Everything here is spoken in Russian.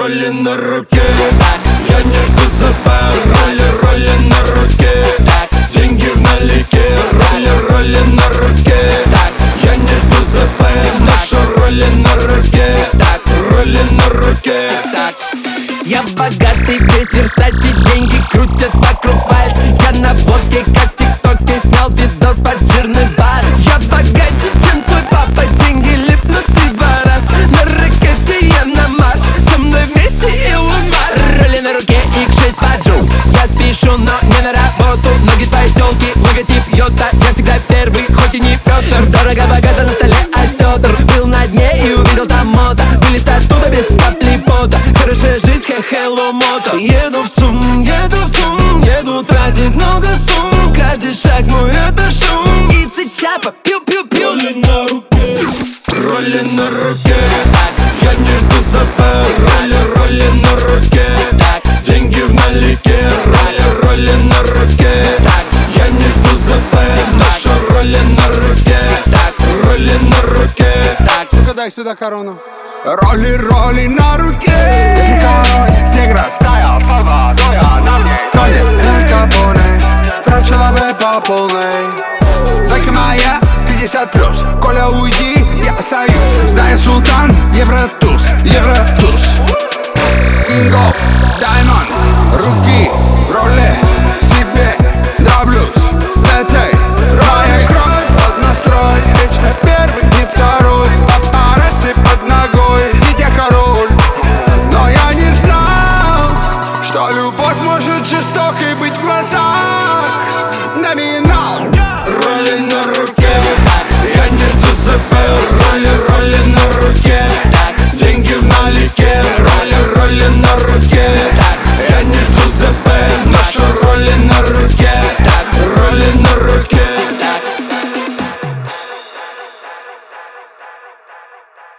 роли на руке. Я не жду запар, роли на руке. Деньги в налике, роли на руке. Я не жду запар, наши роли на руке. Роли на руке. Я богатый, весь Версачи, деньги крутят вокруг пальц. Я на блоке, как в ТикТоке, снял видос под жирный бас. Я богаче, чем твой папа, деньги липнут и 2 раз. На ракете я на Марс, со мной вместе Илон Маск. Роли на руке и 6 поджу. Я спешу, но не на работу. Ноги твоей тёлки, логотип Йота. Я всегда первый, хоть и не Пётр. Дорого-богато на столе осётр. Был на дне и увидел там мото. Вылез оттуда без капли пота. Хорошая жизнь, hello мото. Еду в ЦУМ, еду тратить много сумм. Каждый шаг мой это шум. Ицы чапа, пью-пью-пью. Роли на руке, роли на руке. Я не жду запар, роли на руке. Деньги в налике, роли на руке. Я не жду запар, наши роли на руке. Роли на руке. Ну-ка дай сюда корону. Роли на руке. Король, сигра, стоял, слова, то я на мне. Тонет, Эль Капоне, трачу лаве по полной. Зайка моя, 50+, Коля, уйди, я остаюсь. Знаю, султан, евротуз, евро